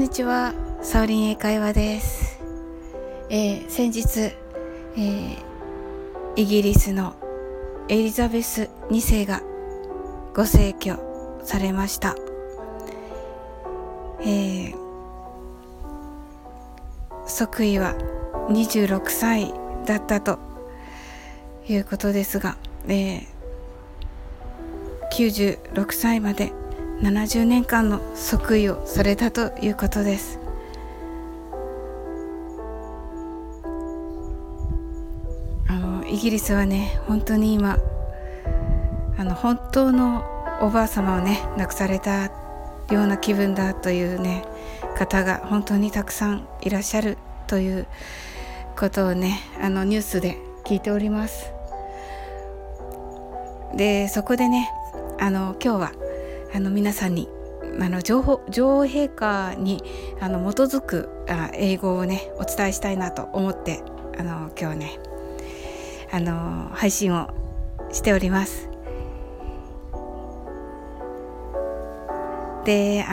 にちは、サオリン英会話です。先日、イギリスのエリザベス2世がご逝去されました。即位は26歳だったということですが、96歳まで70年間の即位をされたということです。イギリスはね、本当に今本当のおばあ様をね亡くされたような気分だというね方が本当にたくさんいらっしゃるということをねニュースで聞いております。でそこでね今日は皆さんに女王陛下に基づく英語をねお伝えしたいなと思って今日ね配信をしております。で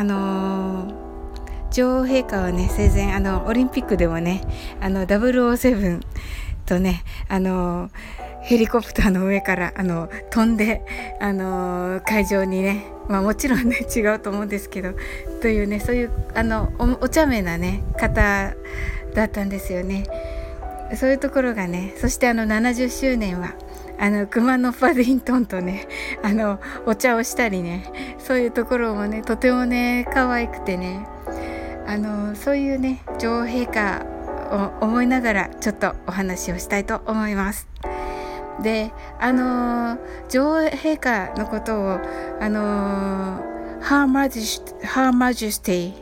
女王陛下はね生前オリンピックでもね007とねヘリコプターの上から飛んで会場にね、もちろんね違うと思うんですけどというねそういうお茶目なね方だったんですよね。そういうところがね、そして70周年は熊のパディントンとねお茶をしたりね、そういうところもねとてもね可愛くてねそういうね女王陛下を思いながらちょっとお話をしたいと思います。で女王陛下のことをHer Majesty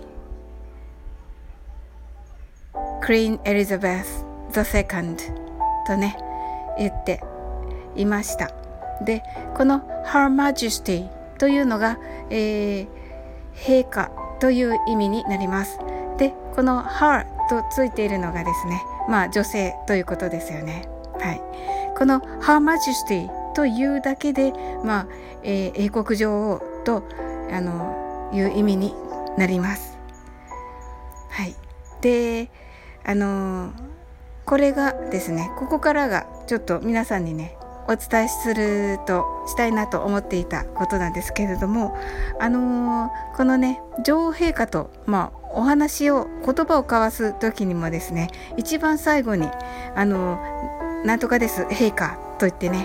Queen Elizabeth II とね言っていました。でこの Her Majesty というのが、陛下という意味になります。でこの Her とついているのがですね、女性ということですよね。はい、この Her Majesty というだけで、英国女王という意味になります。はい、でこれがですね、ここからがちょっと皆さんにねお伝えしたいなと思っていたことなんですけれども、このね女王陛下とお話を言葉を交わす時にもですね、一番最後になんとかです陛下と言ってね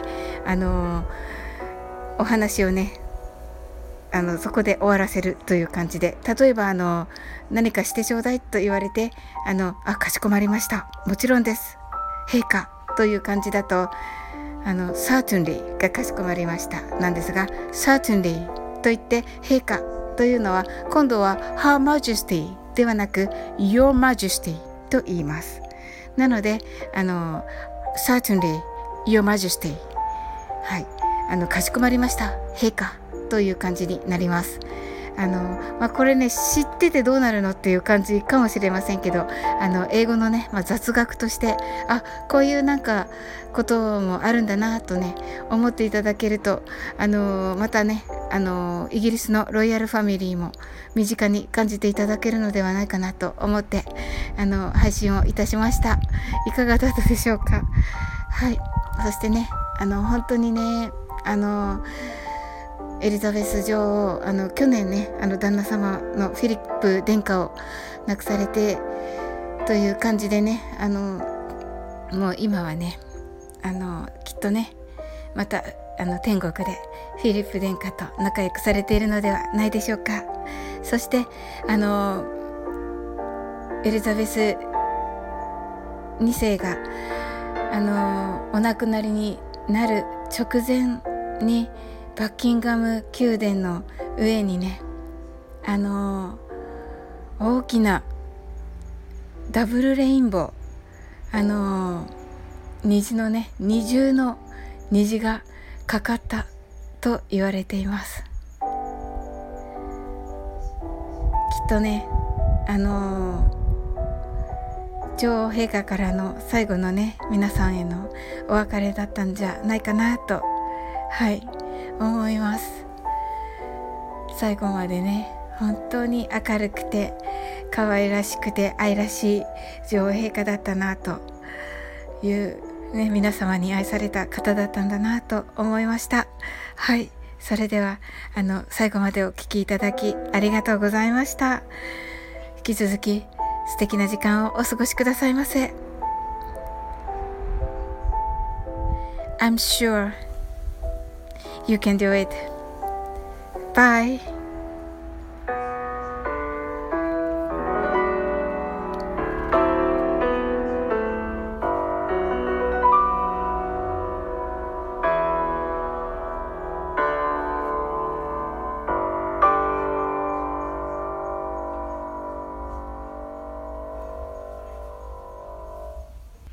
お話をねそこで終わらせるという感じで、例えば何かしてちょうだいと言われてかしこまりました、もちろんです陛下という感じだとcertainly がかしこまりましたなんですが、 certainly と言って陛下というのは今度は Her Majesty ではなく Your Majesty と言います。なのでcertainly Your Majesty、 はい、かしこまりました陛下という感じになります。これね知っててどうなるのっていう感じかもしれませんけど英語のね、雑学としてこういうなんかこともあるんだなとね思っていただけるとまたねイギリスのロイヤルファミリーも身近に感じていただけるのではないかなと思って配信をいたしました。いかがだったでしょうか。はい、そしてね本当にねエリザベス女王去年ね旦那様のフィリップ殿下を亡くされてという感じでねもう今はねきっとねまた天国でフィリップ殿下と仲良くされているのではないでしょうか。そしてエリザベス2世がお亡くなりになる直前にバッキンガム宮殿の上にね大きなダブルレインボー虹のね二重の虹がかかったと言われています。きっとね女王陛下からの最後のね皆さんへのお別れだったんじゃないかなと思います。最後までね本当に明るくて可愛らしくて愛らしい女王陛下だったなというね、皆様に愛された方だったんだなと思いました。はい、それでは最後までお聞きいただきありがとうございました。引き続き素敵な時間をお過ごしくださいませ。I'm sure you can do it. Bye.